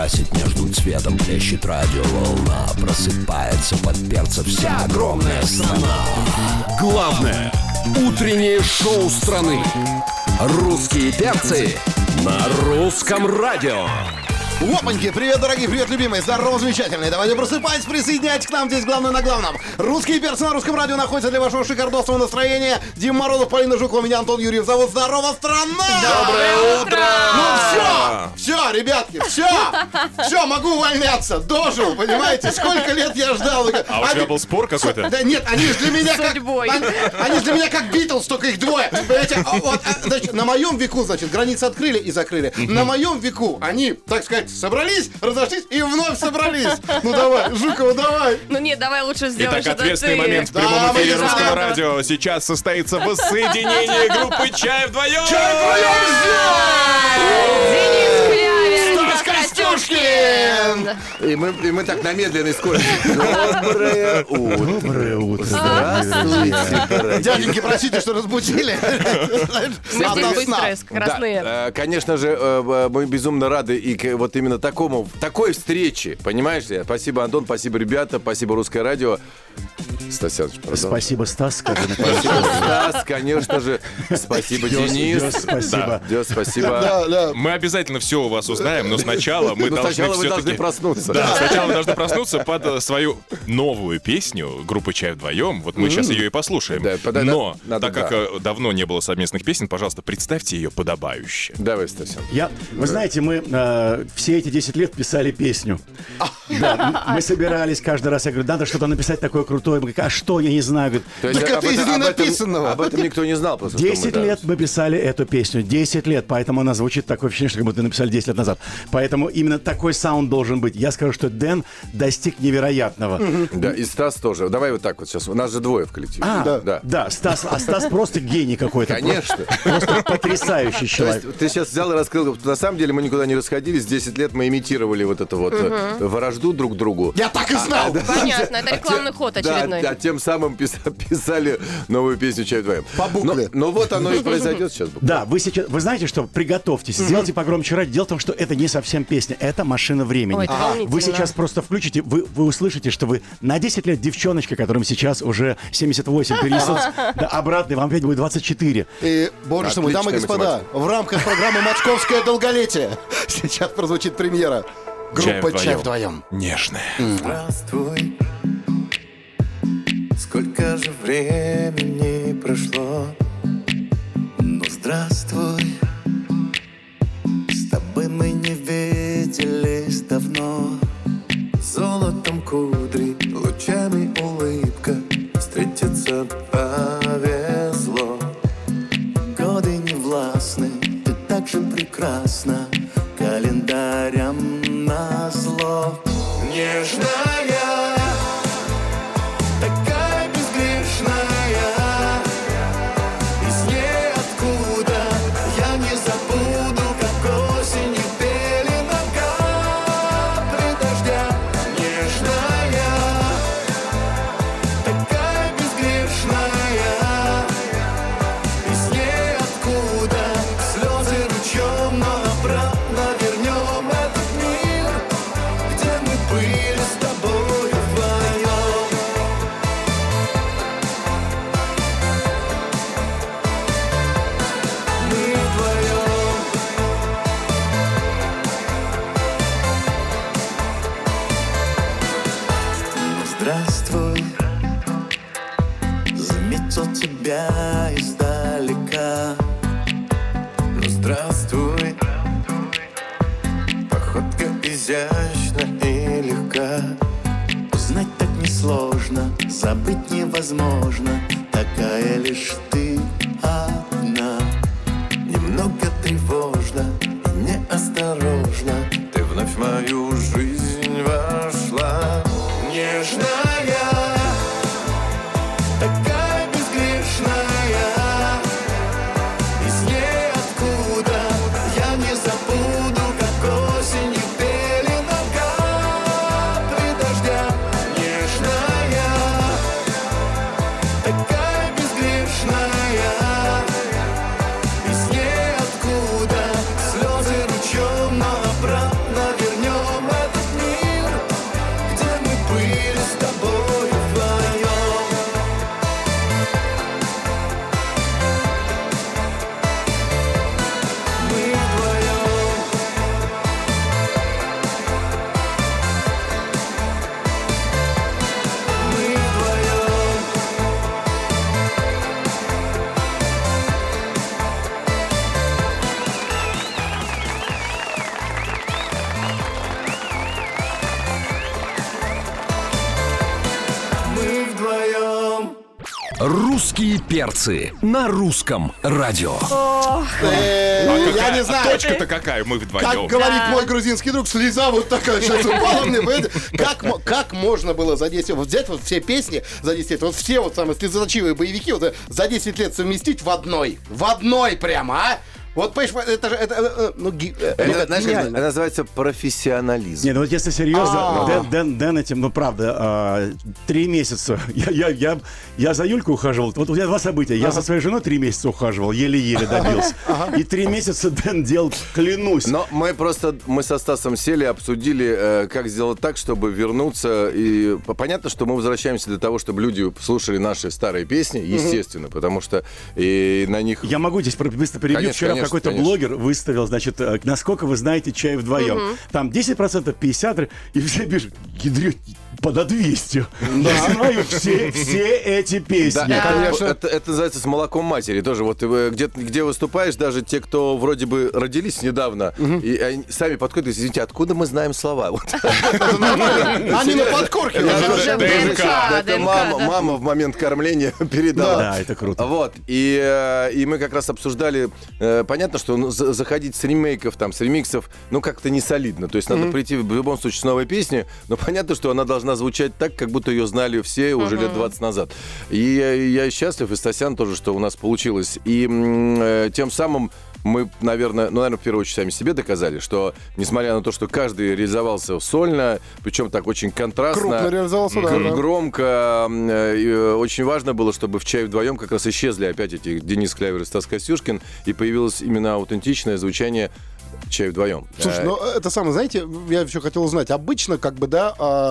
красит между цветом, плещет радиоволна. Просыпается под перца вся огромная страна. Главное утреннее шоу страны. Русские перцы на русском радио. Опаньки, привет, дорогие, привет, любимые, здорово, замечательные. Давайте просыпайтесь, присоединяйтесь к нам, здесь главное на главном. Русские перцы на русском радио находятся для вашего шикардосного настроения. Дима Морозов, Полина Жукова, меня Антон Юрьев зовут. Здорово, страна! Доброе утро! Ну все, ребятки, все, могу увольняться, дожил, понимаете, сколько лет я ждал. А у тебя был спор какой-то? Да нет, они же для меня как Битлз, только их двое. Понимаете, вот, значит, на моем веку, значит, границы открыли и закрыли. На моем веку они, так сказать, собрались, разошлись и вновь собрались. Ну давай, Жукова, давай. Ну нет, давай лучше сделаем Итак, что-то ответственный ты. момент в прямом эфире Да, русского да. радио. Сейчас состоится воссоединение группы «Чай вдвоем». Денис Клявер, Стас Стас Костюшкин. И мы так на медленной скорости. Доброе утро. Доброе утро. Здравствуйте. Дяденьки, простите, что разбудили. Мы Ото здесь сна. быстро, скоростные. Да, конечно же, мы безумно рады и вот именно такой встрече, понимаешь ли? Спасибо, Антон, спасибо, ребята, спасибо, Русское радио. Стасяныч, пардон. Спасибо, Стас. Спасибо, Стас, конечно же. Спасибо, Денис. Спасибо. Дёс, спасибо. Да. Мы обязательно все у вас узнаем, но сначала мы Но должны сначала вы должны все-таки... проснуться. Да, сначала вы должны проснуться под свою новую песню группы «Чай вдвоем». Вот мы сейчас ее и послушаем. Да, Но, надо, так как давно не было совместных песен, пожалуйста, представьте ее подобающе. Давай, Стасян. Вы знаете, мы все эти 10 лет писали песню. Да, мы собирались каждый раз. Я говорю, надо что-то написать такое крутое. Мы говорим, а что, я не знаю. Говорит, То есть Так это из ненаписанного. об этом никто не знал. Просто, 10 что мы, лет мы писали эту песню. 10 лет. Поэтому она звучит такое впечатление, что как будто написали 10 лет назад. Поэтому именно такой саунд должен быть. Я скажу, что Дэн достиг невероятного. Да, и Стас тоже. Давай вот так вот сейчас. У нас же двое в коллективе. Да, Стас просто гений какой-то. Конечно. Просто потрясающий То есть человек. ты сейчас взял и раскрыл. На самом деле мы никуда не расходились. 10 лет мы имитировали вот это вот вражду друг к другу. Я так и знал. Понятно, это рекламный ход очередной. Да, тем самым писали новую песню «Чай вдвоем». По букле. Но вот оно и произойдет сейчас. Да, вы знаете что, приготовьтесь, сделайте погромче радио. Дело в том, что это не совсем песня, это машина времени. Ой, это волнительно. Вы сейчас просто включите, вы услышите, что вы на 10 лет девчоночка, которым сейчас уже 78, перенесут обратно, и вам опять будет 24. И, боже мой, дамы и Отличная господа, в рамках программы «Московское долголетие» сейчас прозвучит премьера. Группа «Чай вдвоем». Нежная. Здравствуй, сколько же времени прошло. Ну здравствуй, с тобой мы не виделись давно. Золотом кудри, лучами улыбка, встретиться повезло. Годы не властны, ты так же прекрасна, календарем назло. Нежная, такая безгрешная, из ниоткуда я не забуду, как осенью пелена капли дождя. Нежная, такая безгрешная, из ниоткуда слезы ручьем, но обратно вернем этот мир, где мы были с тобой вдвоем. Мы вдвоем. Ну, здравствуй, заметил тебя издалека. Ну, здравствуй, походка изящна и легка. Узнать так несложно, забыть невозможно. Такая лишь ты одна. Немного тревожно и неосторожно ты вновь в мою жизнь вошла. Нежная, такая безгрешная, из ниоткуда я не забуду, как осенью пелена капли дождя. Нежная, такая безгрешная, Русские перцы на русском радио. Я не знаю. Точка-то какая? Мы Как вдвоем. говорит мой грузинский друг, слеза вот такая сейчас упала мне, понимаете? Как можно было за 10 лет, вот взять вот все песни за 10 лет, вот все вот самые слезоточивые боевики вот за 10 лет совместить в одной прямо, а? Вот, понимаешь, это же, Это, знаешь, это называется профессионализм. Не, ну вот если серьезно, Дэн этим, ну правда, 3 месяца. Я за Юлькой ухаживал. Вот у меня 2 события. Я за своей женой 3 месяца ухаживал, еле-еле добился. И 3 месяца Дэн делал, клянусь. Но мы со Стасом сели, обсудили, как сделать так, чтобы вернуться. И понятно, что мы возвращаемся для того, чтобы люди слушали наши старые песни, естественно, потому что и на них... Я могу здесь быстро перебью. Конечно, Вчера конечно, какой-то конечно. блогер выставил, значит, насколько вы знаете чай вдвоем. Там 10%, 50%, и все пишут, ядрёт, подо 200. Я знаю все эти песни. Да, конечно. Это называется с молоком матери тоже. Вот где выступаешь, даже те, кто вроде бы родились недавно, и они сами подходят и говорят, извините, откуда мы знаем слова? Вот. Это нормально. Они на подкорке. Это уже ДНК, Это ДНК, да. мама в момент кормления передала. Да, это круто. Вот, и мы как раз обсуждали, понятно, что заходить с ремейков, там, с ремиксов, ну, как-то не солидно. То есть надо прийти в любом случае с новой песней, но понятно, что она должна звучать так, как будто ее знали все уже лет 20 назад. И я счастлив, и Стасян тоже, что у нас получилось. И тем самым мы, наверное, в первую очередь сами себе доказали, что, несмотря на то, что каждый реализовался сольно, причем так очень контрастно, Крупно реализовался, да. громко, очень важно было, чтобы в «Чай вдвоем» как раз исчезли опять эти Денис Клявер и Стас Костюшкин, и появилось именно аутентичное звучание «Чай вдвоем». Слушай, ну это самое, знаете, я еще хотел узнать. Обычно, как бы, да,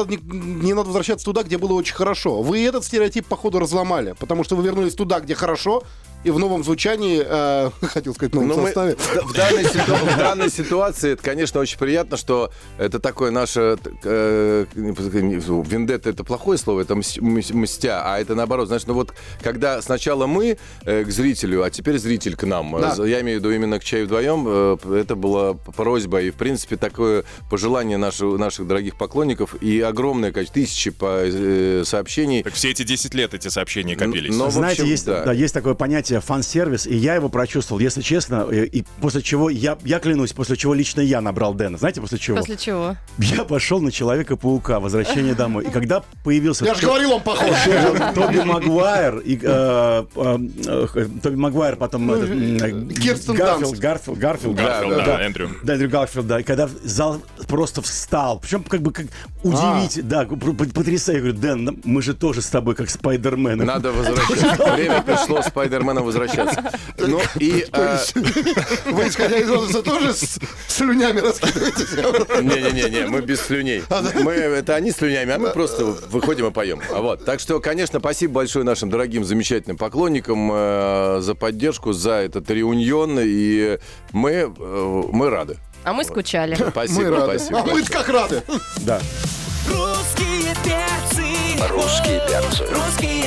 не надо возвращаться туда, где было очень хорошо. Вы этот стереотип, походу, разломали, потому что вы вернулись туда, где хорошо, и в новом звучании, хотел сказать, в новом составе. В данной ситуации, это, конечно, очень приятно, что это такое наше... Вендетта — это плохое слово, это мстя, а это наоборот. Знаешь, ну вот, когда сначала мы к зрителю, а теперь зритель к нам. Да. Я имею в виду именно к «Чаю вдвоем», это была просьба, и, в принципе, такое пожелание наших дорогих поклонников, и огромное количество, тысячи сообщений. Так все эти 10 лет эти сообщения копились. Но, в Знаете, общем, есть, да. есть такое понятие фан-сервис, и я его прочувствовал, если честно, и после чего, я клянусь, после чего лично я набрал Дэна. Знаете, после чего? После чего? Я пошел на «Человека-паука. Возвращение домой». И когда появился... Я же говорил, он похож. Тоби Магуайр, потом Кирстен Гарфилд, Да, Эндрю. Да, Эндрю Гарфилд, да. И когда зал просто встал, причем как удивительно, да, потрясающе. Я говорю, Дэн, мы же тоже с тобой как Спайдермены. Надо возвращаться. Время пришло Спайдермену возвращаться. Ну и... Вы, исходя из возраста, тоже с слюнями раскидываетесь? Не, мы без слюней. Это они слюнями, а мы просто выходим и поем. Вот. Так что, конечно, спасибо большое нашим дорогим, замечательным поклонникам за поддержку, за этот реуньон. И мы рады. А мы скучали. Спасибо, Мы рады. спасибо. А мы-то как рады. Да. Русские перцы. Русские перцы. Русские,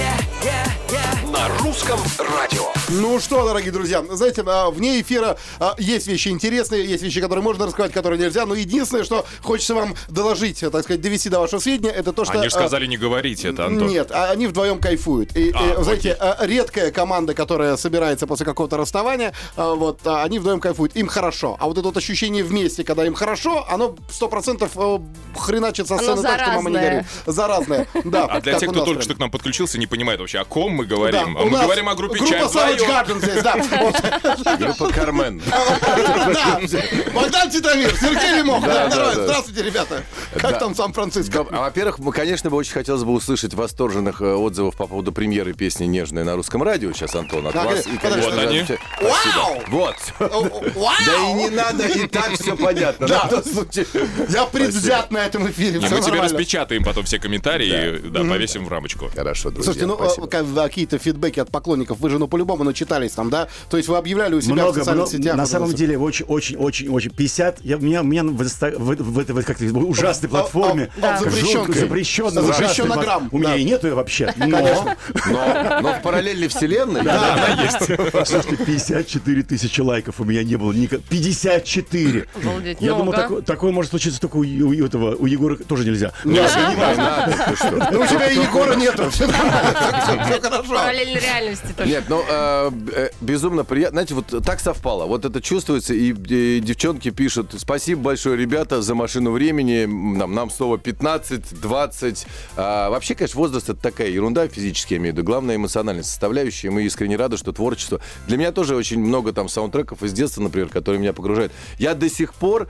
На русском радио. Ну что, дорогие друзья, знаете, вне эфира есть вещи интересные, есть вещи, которые можно рассказать, которые нельзя. Но единственное, что хочется вам доложить, так сказать, довести до вашего сведения, это то, что... Они же сказали не говорить это, Антон. Нет, они вдвоем кайфуют. И, знаете, редкая команда, которая собирается после какого-то расставания, вот, они вдвоем кайфуют. Им хорошо. А вот это вот ощущение вместе, когда им хорошо, оно 100% хреначит со сцены так, что мама не горит. Заразное. Да, А для как тех, у кто нас только прям. что к нам подключился, не понимает вообще, о ком мы Да, говорим. у Мы нас говорим о группе «Чай группа Savage вдвоем». Garden здесь, да. Вот. Группа «Кармен». Да. Богдан Титамир, Сергей Лимов. Да, Да, да. здравствуйте, ребята. Как Да. там Сан-Франциско? Во-первых, конечно, бы очень хотелось бы услышать восторженных отзывов по поводу премьеры песни «Нежная» на русском радио. Сейчас, Антон, от Так, вас. И, конечно, вот они. вообще- Вау! Вот. Вау! Да и не надо, и так все понятно. Да. На тот случай. Я предвзят на этом эфире. Не, всё мы тебе нормально. распечатаем потом все комментарии, да, повесим в рамочку. Хорошо, друзья. Слушайте, ну спасибо. какие-то фидбэки от поклонников, вы же, ну, по-любому начитались там, да? То есть вы объявляли у себя в социальных сетях. На вот самом это деле, очень 50. Меня в этой как-то ужасной платформе. запрещенной. Запрещенограмм. У меня Да. и нету ее вообще. Но, Но в параллельной вселенной... послушайте, 54 тысячи лайков у меня не было никогда. 54! Обалдеть, Я думал, много. такое может случиться только у Егора тоже нельзя. Не надо, ты что? Ну, у тебя и Егора нету. Все нормально. Всё хорошо. нашел. Параллельной реальности только. Нет, ну, безумно приятно. Знаете, вот так совпало. Вот это чувствуется, и девчонки пишут: спасибо большое, ребята, за машину времени. Нам снова 15, 20. Вообще, конечно, возраст — это такая ерунда, физически я имею в виду. Главное, эмоциональная составляющая. Мы искренне рады, что творчество. Для меня тоже очень много там саундтреков из детства, например, которые меня погружают. Я до сих пор...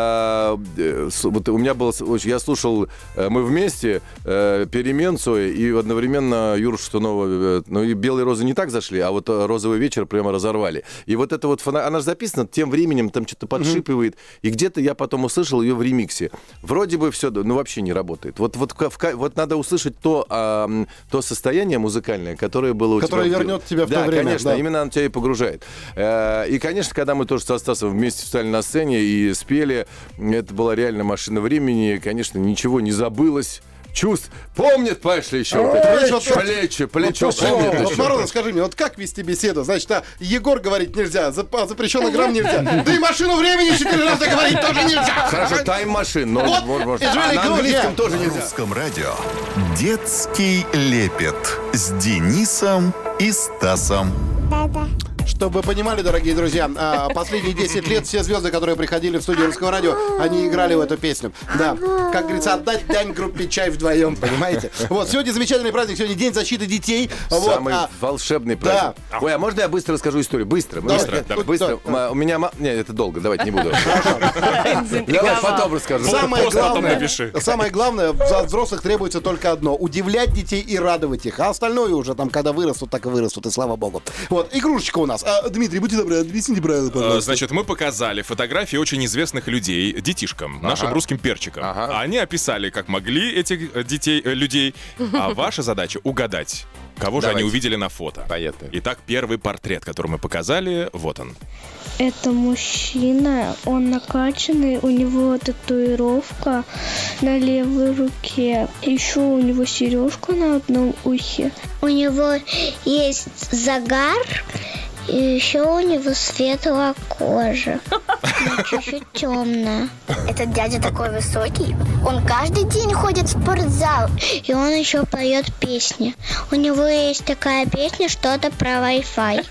вот у меня было... Я слушал «Мы вместе», «Перемен» Цоя, и одновременно Юру Шатунова. Ну и «Белые розы» не так зашли, а вот «Розовый вечер» прямо разорвали. И вот это вот... Она же записана тем временем, там что-то подшипывает. И где-то я потом услышал ее в ремиксе. Вроде бы все, ну вообще не работает. Вот надо услышать то состояние музыкальное, которое было у тебя. Которое вернет тебя в то время. Да, конечно, именно оно тебя и погружает. И, конечно, когда мы тоже со Стасом вместе встали на сцене и спели, это была реально машина времени, конечно, ничего не забылось. Чувств. Помнит, понимаешь ли, еще? Плечи помнит еще. Вот, Морозов, скажи мне, вот как вести беседу? Значит, Егор говорить нельзя, запрещенный грамм нельзя. Да и машину времени 4 раза говорить тоже нельзя. Хорошо, тайм-машин. Вот, на английском тоже В нельзя. Русском радио «Детский лепет» с Денисом и Стасом. Чтобы вы понимали, дорогие друзья, последние 10 лет все звезды, которые приходили в студию Русского радио, они играли в эту песню. Да, как говорится, отдать дань группе «Чай» вдвоем, понимаете? Вот, сегодня замечательный праздник, сегодня День защиты детей. Самый волшебный праздник. Да. Ой, а можно я быстро расскажу историю? Быстро. У меня... Нет, это долго, давайте не буду. Давай потом расскажу. Самое главное, от взрослых требуется только одно: удивлять детей и радовать их. А остальное уже там, когда вырастут, так и вырастут, и слава богу. Вот, игрушечка у нас. Дмитрий, будьте добры, объясните правила, пожалуйста. Значит, мы показали фотографии очень известных людей, детишкам, нашим русским перчикам. Они описали, как могли этих людей, а ваша задача угадать, кого же они увидели на фото. Понятно. Итак, первый портрет, который мы показали, вот он. Это мужчина, он накачанный, у него татуировка на левой руке. Еще у него сережка на одном ухе. У него есть загар, и еще у него светлая кожа, но чуть-чуть темная. Этот дядя такой высокий, он каждый день ходит в спортзал. И он еще поет песни. У него есть такая песня, что-то про Wi-Fi.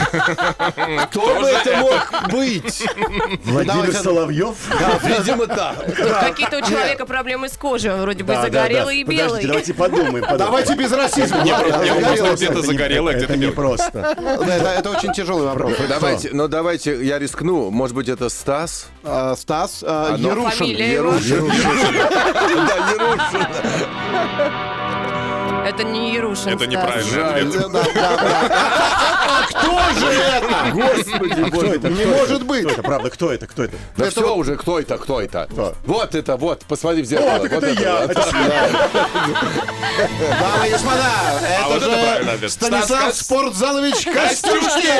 Кто бы это мог быть? Владимир Соловьев? Да, видимо, так. Какие-то у человека проблемы с кожей, он вроде бы загорелый и белый. Подождите, давайте подумаем. Давайте без расизма. Где-то загорело, где-то Это не белый. просто. Это очень тяжелый вопрос. Давайте я рискну. Может быть, это Стас? Стас Фамилия Ярушин. его? Да, Ярушин. Это не Ярушин, Это Стас. неправильный ответ. А кто же это? Господи, боже. Не может быть. Кто это, правда, кто это? Да все уже, кто это? Вот это, посмотри в зеркало. О, так это я. Дамы и господа, вот это это правильный же ответ. Станислав Спортзалович Костюшкин.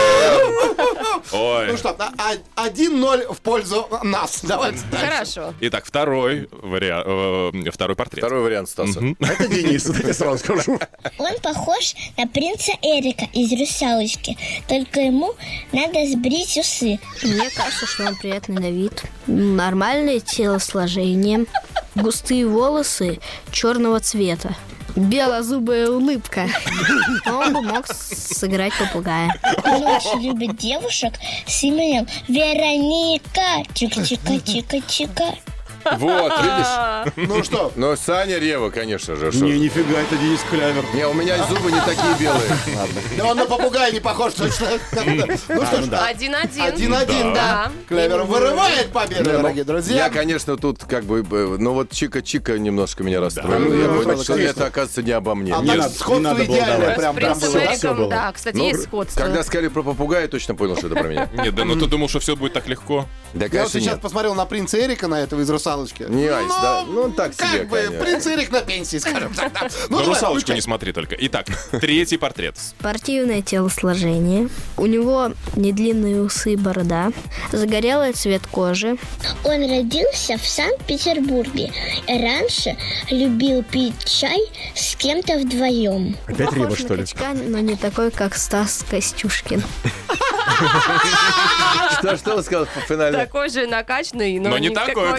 Ой. Ну что, 1-0 в пользу нас. Давайте дальше. Хорошо. Итак, второй портрет. Второй вариант Стаса. Это Денис, я сразу скажу. Он похож на принца Эрика из «Русалочки», только ему надо сбрить усы. Мне кажется, что он приятный на вид. Нормальное телосложение. Густые волосы черного цвета. Белозубая улыбка. Он бы мог сыграть попугая. Он очень любит девушек с именем Вероника. Чика-чика-чика-чика. Вот, видишь? Ну что? Но Саня Рева, конечно же. Не, нифига, это Денис Клявер. Не, у меня зубы не такие белые. Да он на попугая не похож точно. Ну что ж, 1-1. 1-1, да. Клевер вырывает победу, дорогие Я, друзья. конечно, тут как бы... Ну вот Чика-Чика немножко меня расстроил. Да. Я Ну, понял, что конечно. это, оказывается, не обо мне. А Нет. так сходство надо было идеальное давать. С прям принцем было. всё Эриком, было. да, кстати, Ну, есть сходство. Когда сказали про попугая, я точно понял, что это про меня. Нет, да, ну ты думал, что все будет так легко? Да, Я вот конечно, сейчас нет. посмотрел на принца Эрика, на этого из «Русалочки». Не айс, да? Ну, он так себе, Как бы конечно. принц Эрик на пенсии, скажем так. да. Ну, На давай, русалочку включай. не смотри только. Итак, третий портрет. Спортивное телосложение. У него недлинные усы и борода. Загорелый цвет кожи. Он родился в Санкт-Петербурге. Раньше любил пить чай с кем-то вдвоем. Опять Рева, Похож что на ли? качка, но не такой, как Стас Костюшкин. Что вы сказали по финале? Такой же накачанный, но Но не такой, как Стас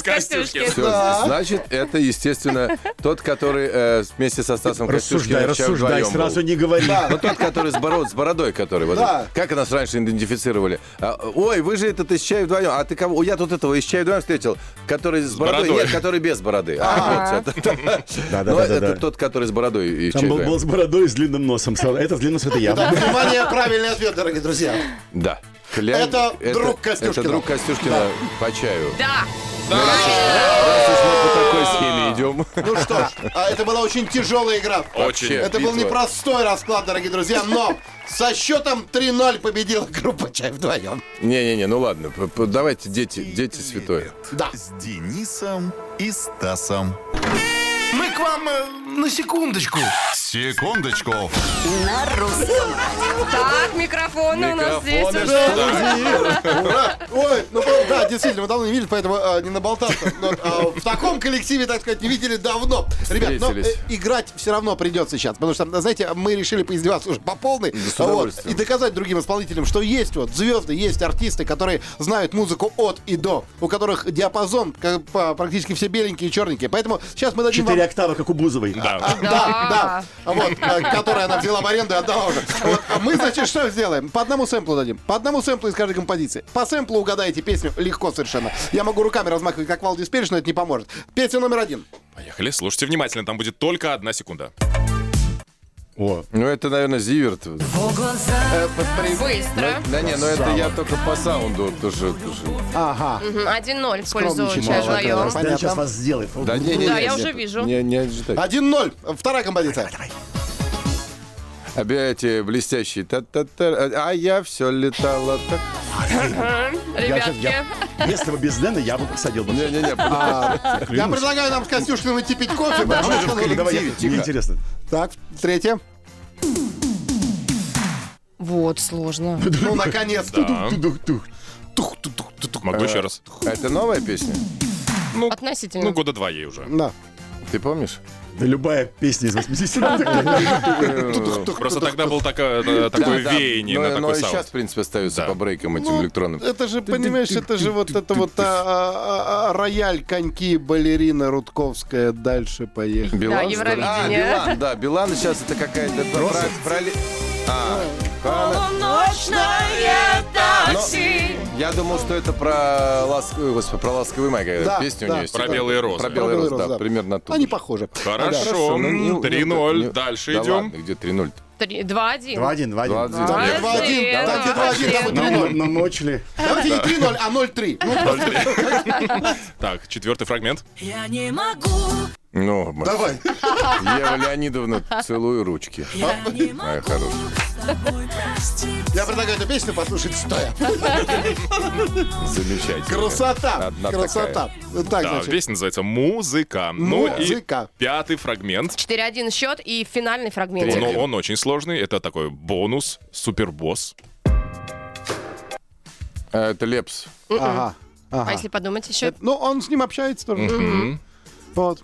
Костюшкин. Всё, значит, это, естественно, тот, который вместе со Стасом Костюшкиным Рассуждай, вдвоем сразу был. не говори. Ну, тот, который с бородой, который. Вот, как нас раньше идентифицировали? Ой, вы же этот из чая вдвоем. А ты кого? Я тут этого из чая вдвоем встретил, который с бородой. Нет, который без бороды. Ну, это тот, который с бородой из чая вдвоем. Там был с бородой и с длинным носом. Это с длинным носом, это я. Внимание, правильный ответ, дорогие друзья. Да. Это друг Костюшкина. Это друг Костюшкина по чаю. Да. Раз уж мы по такой схеме идем. Ну что ж, это была очень тяжелая игра. Очень. Это был непростой расклад, дорогие друзья, но со счетом 3-0 победила группа «Чай вдвоем». Не-не-не, ну ладно, давайте дети святое. Да. С Денисом и Стасом. Мы к вам на секундочку. Секундочку. На русском. Так, микрофоны у нас здесь Микрофоны, уже. Ура! Ой, ну да, действительно, мы давно не видели, поэтому не наболтаться. Но, в таком коллективе, так сказать, не видели давно. Ребят, но играть все равно придется сейчас, потому что, знаете, мы решили поиздеваться уже по полной. И доказать другим исполнителям, что есть вот звезды, есть артисты, которые знают музыку от и до, у которых диапазон практически все беленькие и черненькие. Поэтому сейчас мы дадим 4 октавы, как у Бузовой. Да. Вот, которую она взяла в аренду и отдала уже. Вот, а мы, значит, что сделаем? По одному сэмплу дадим. По одному сэмплу из каждой композиции. По сэмплу угадаете песню легко совершенно. Я могу руками размахивать, как Валдис Переш, но это не поможет. Песня номер 1. Поехали, слушайте внимательно, там будет только 1 секунда. О. Ну, это, наверное, Зиверт. Быстро. Да не, ну это я только по саунду тоже. Ага. 1-0 в пользу Скромничай, «Чая вдвоем». Дэн сейчас вас сделает. Да, не, Да, я уже вижу. Не ожидай. 1-0. Вторая композиция. Опять блестящие. А я все летала. Ребятки. Если бы без Дэна, я бы посадил бы. Не-не-не. Я предлагаю нам с Костюшкиным идти пить кофе. Давай, мне интересно. Так, третья. Вот, сложно. Ну, наконец-то. Могу еще раз. Это новая песня? Относительно. Ну, года 2 ей уже. Да. Ты помнишь? Да любая песня из 80-х. Просто тогда был такое веяние на но такой и сейчас, саунд. в принципе, остаются по брейкам этим электронным. Это же, понимаешь, это же вот это вот рояль, коньки, балерина Рудковская. Дальше поехали. Да, Евровидение. Билан, да, Билан сейчас это какая-то... Полуночное такси. Я думал, что это про ласковый май, какая-то песня у нее есть. Про белые розы. Про белые розы, да, примерно оттуда. Они похожи. Хорошо, 3-0. Дальше Да идем. ладно, где 3-0? 2-1. 2-1. 2-1. Давайте 2-1. Но ночли. Давайте не 3-0, а 0-3. Так, 4-й фрагмент. Я не могу. Ну, Давай. Ева Леонидовна, целую ручки. Моя хорошая. Я предлагаю эту песню послушать стоя. Замечательно. Красота. Одна Красота. Так, Да, значит. песня называется «Музыка». Ну и Музыка. 5-й фрагмент. 4-1 счет и финальный фрагмент. Он очень сложный. Это такой бонус, супербосс. Это Лепс. Ага. А если подумать еще? Ну, он с ним общается тоже. Вот.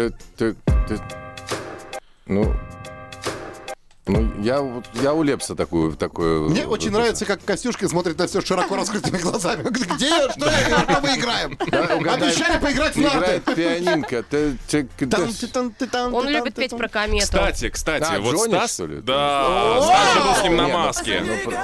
Ну, я у Лепса такое. Мне очень нравится, как Костюшкин смотрит на все широко раскрытыми глазами. Где я? Что мы играем? Обещали поиграть в нарты. Играет пианинка. Он любит петь про комету. Кстати, вот Джонни, Стас... что ли? Да, Стас же был с ним на Не, ну, маске.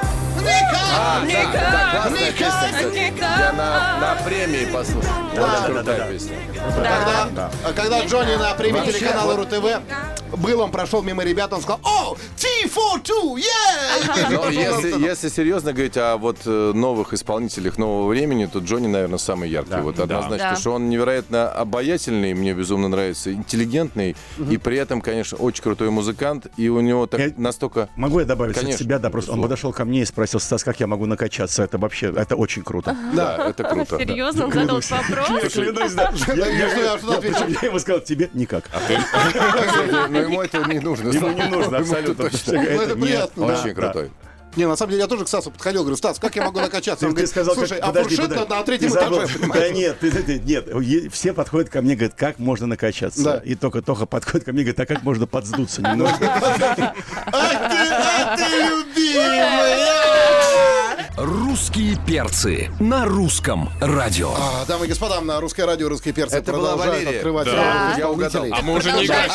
Классная песня, кстати. Я на премии послушал. Очень крутая песня. Когда Джонни на премии Вообще, телеканала вот- РУ-ТВ был, он прошел мимо ребят, он сказал: «О, T42, yeah!» Но если серьезно говорить о вот новых исполнителях нового времени, то Джонни, наверное, самый яркий. Вот однозначно, Да. потому что он невероятно обаятельный, мне безумно нравится, интеллигентный, и при этом, конечно, очень крутой музыкант, и у него настолько... Могу я добавить Конечно, от себя? Да, просто он подошел ко мне и спросил: Стас, как я могу накачаться? Это вообще, это очень круто. Да, это круто. Серьезно, он задал этот вопрос? Клянусь, да. Я ему сказал: тебе никак. Но ему это не нужно. Ему не нужно, абсолютно. это приятно, да. Очень крутой. Не, на самом деле, я тоже к Стасу подходил, говорю: «Стас, как я могу накачаться?» Он Ты говорит: сказал: «Слушай, а подожди, фуршет подожди. на третьем Ты забыл. этаже, Да понимаешь?» нет, все подходят ко мне, говорят: как можно накачаться? Да. И только Тоха подходит ко мне и говорит: а как можно подсдуться немножко? А ты любимая! «Русские перцы» на русском радио. Дамы и господа, на Русское радио «Русские перцы» Это была продолжают Валерия. открывать Да, ряды я угадал. исполнителей. А мы уже не играем.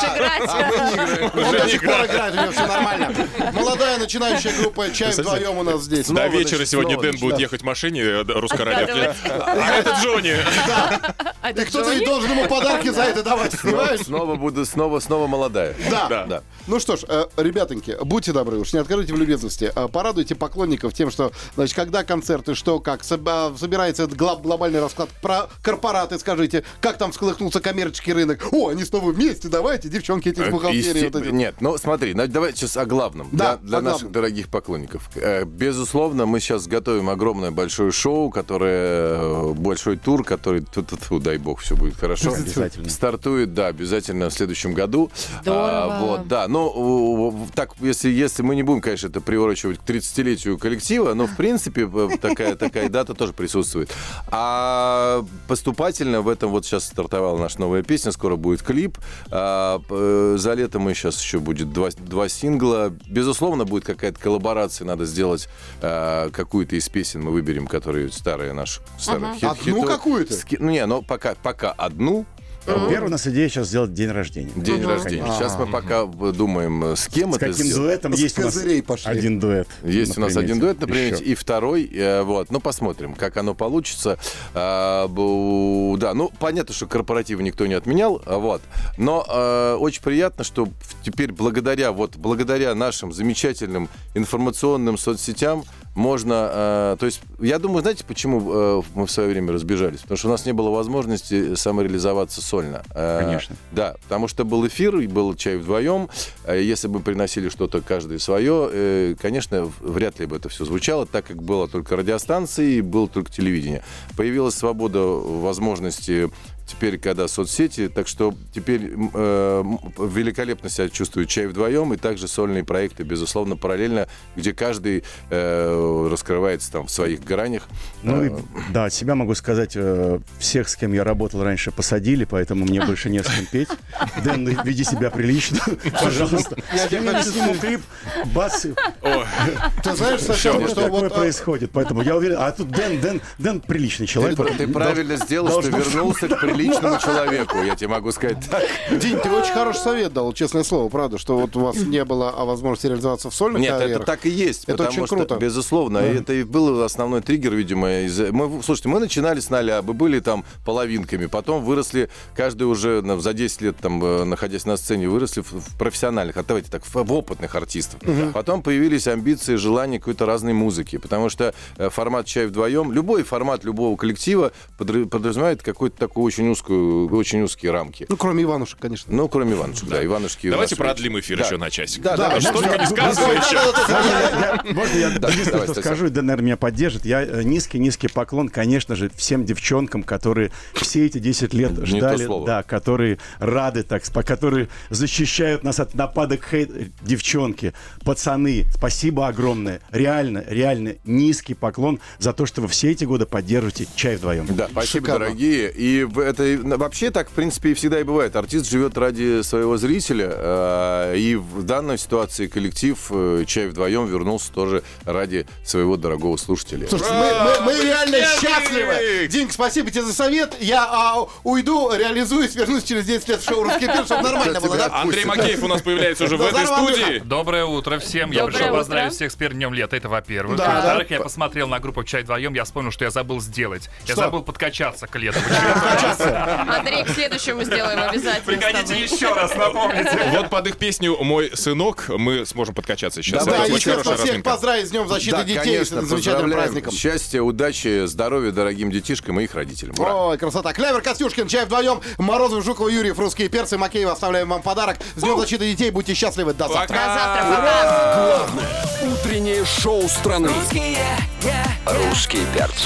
Он до сих пор играет, у него все нормально. Молодая начинающая группа «Чай вдвоем» у нас здесь. До вечера сегодня Дэн будет ехать в машине русское радио. А это Джонни. И кто-то ведь должен ему подарки за это давать, понимаешь? Снова молодая. Да. Ну что ж, ребятоньки, будьте добры, уж не откройте в любезности. Порадуйте поклонников тем, что, значит, когда концерты, что, как, собирается этот глобальный расклад про корпораты, скажите, как там всколыхнулся коммерческий рынок. О, они снова вместе, давайте, девчонки эти из бухгалтерии. Вот эти. Нет, ну смотри, давай сейчас о главном для наших дорогих поклонников. Безусловно, мы сейчас готовим огромное большое шоу, большой тур, который, дай бог, все будет хорошо. Обязательно. Стартует, обязательно в следующем году. Здорово. Ну, так, если мы не будем, конечно, это приурочивать к 30-летию коллектива, но, в принципе, такая дата тоже присутствует. А поступательно в этом вот сейчас стартовала наша новая песня, скоро будет клип. За лето мы сейчас еще будет два сингла. Безусловно, будет какая-то коллаборация, надо сделать какую-то из песен, мы выберем, которые старые наши. Одну какую-то? Ну, пока одну. Первая у нас идея сейчас сделать день рождения. День рождения. Сейчас мы пока думаем, с кем это сделать. С каким дуэтом? Есть у нас один дуэт. Есть у нас один дуэт, например, и второй. Вот. Ну, посмотрим, как оно получится. Да, ну, понятно, что корпоративы никто не отменял. Вот. Но очень приятно, что теперь благодаря нашим замечательным информационным соцсетям можно... То есть, я думаю, знаете, почему мы в свое время разбежались? Потому что у нас не было возможности самореализоваться сольно. Конечно. Да, потому что был эфир, и был «Чай вдвоем». Если бы приносили что-то каждый свое, конечно, вряд ли бы это все звучало, так как было только радиостанции и было только телевидение. Появилась свобода возможности теперь, когда соцсети, так что теперь великолепно себя чувствует «Чай вдвоем», и также сольные проекты, безусловно, параллельно, где каждый раскрывается там в своих гранях. Ну, да, от себя могу сказать, всех, с кем я работал раньше, посадили, поэтому мне больше не с кем петь. Дэн, веди себя прилично, пожалуйста. С кем я сниму клип, бац. Ты знаешь, совсем что такое происходит, поэтому я уверен, а тут Дэн приличный человек. Ты правильно сделал, что вернулся к приличному человеку, я тебе могу сказать так. Дим, ты очень хороший совет дал, честное слово, правда, что вот у вас не было возможности реализоваться в сольных карьерах. Нет, это так и есть. Это очень круто. Безусловно, это и был основной триггер, видимо. Слушайте, мы начинали с нуля, мы были там половинками, потом выросли, каждый уже за 10 лет, там, находясь на сцене, выросли в профессиональных, давайте так, в опытных артистов. Потом появились амбиции, желания какой-то разной музыки, потому что формат «Чай вдвоем», любой формат любого коллектива подразумевает какой-то такой очень узкие рамки. Ну, кроме Иванушек, конечно. Ну, кроме Иванушек, да. Иванушки. Давайте продлим эфир еще на часик. Да. Что только не сказывай еще. Можно я единственное, что скажу, и Дэн, наверное, меня поддержит. Я низкий поклон, конечно же, всем девчонкам, которые все эти 10 лет ждали, да, которые рады, которые защищают нас от нападок хейта. Девчонки, пацаны, спасибо огромное. Реально низкий поклон за то, что вы все эти годы поддерживаете «Чай вдвоем». Да, спасибо, дорогие. И это вообще так, в принципе, всегда и бывает. Артист живет ради своего зрителя, и в данной ситуации коллектив «Чай вдвоем» вернулся тоже ради своего дорогого слушателя. Слушайте, мы реально счастливы. Димка, спасибо тебе за совет. Я уйду, реализуюсь, вернусь через 10 лет в шоу «Русский перец», чтобы нормально было, да? Андрей Макеев у нас появляется уже в этой студии. Доброе утро всем. Я пришел поздравить всех с первым днем лета, это во-первых. Во-вторых, я посмотрел на группу «Чай вдвоем», я вспомнил, что я забыл сделать. Я забыл подкачаться к лету. Андрей, к следующему сделаем обязательно. Приходите еще раз, напомните. Вот под их песню «Мой сынок» мы сможем подкачаться сейчас. Да, очень естественно, хорошая всех разминка. поздравить с Днем защиты детей, с этим замечательным праздником. Счастья, удачи, здоровья дорогим детишкам и их родителям. Ой, красота. Клявер, Костюшкин, «Чай вдвоем», Морозов, Жукова, Юрьев, «Русские перцы», Макеев, оставляем вам подарок. С Днем защиты детей, будьте счастливы. До завтра. До завтра, пока. Главное утреннее шоу страны. Русские перцы.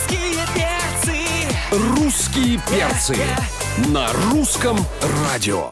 Русские перцы на русском радио.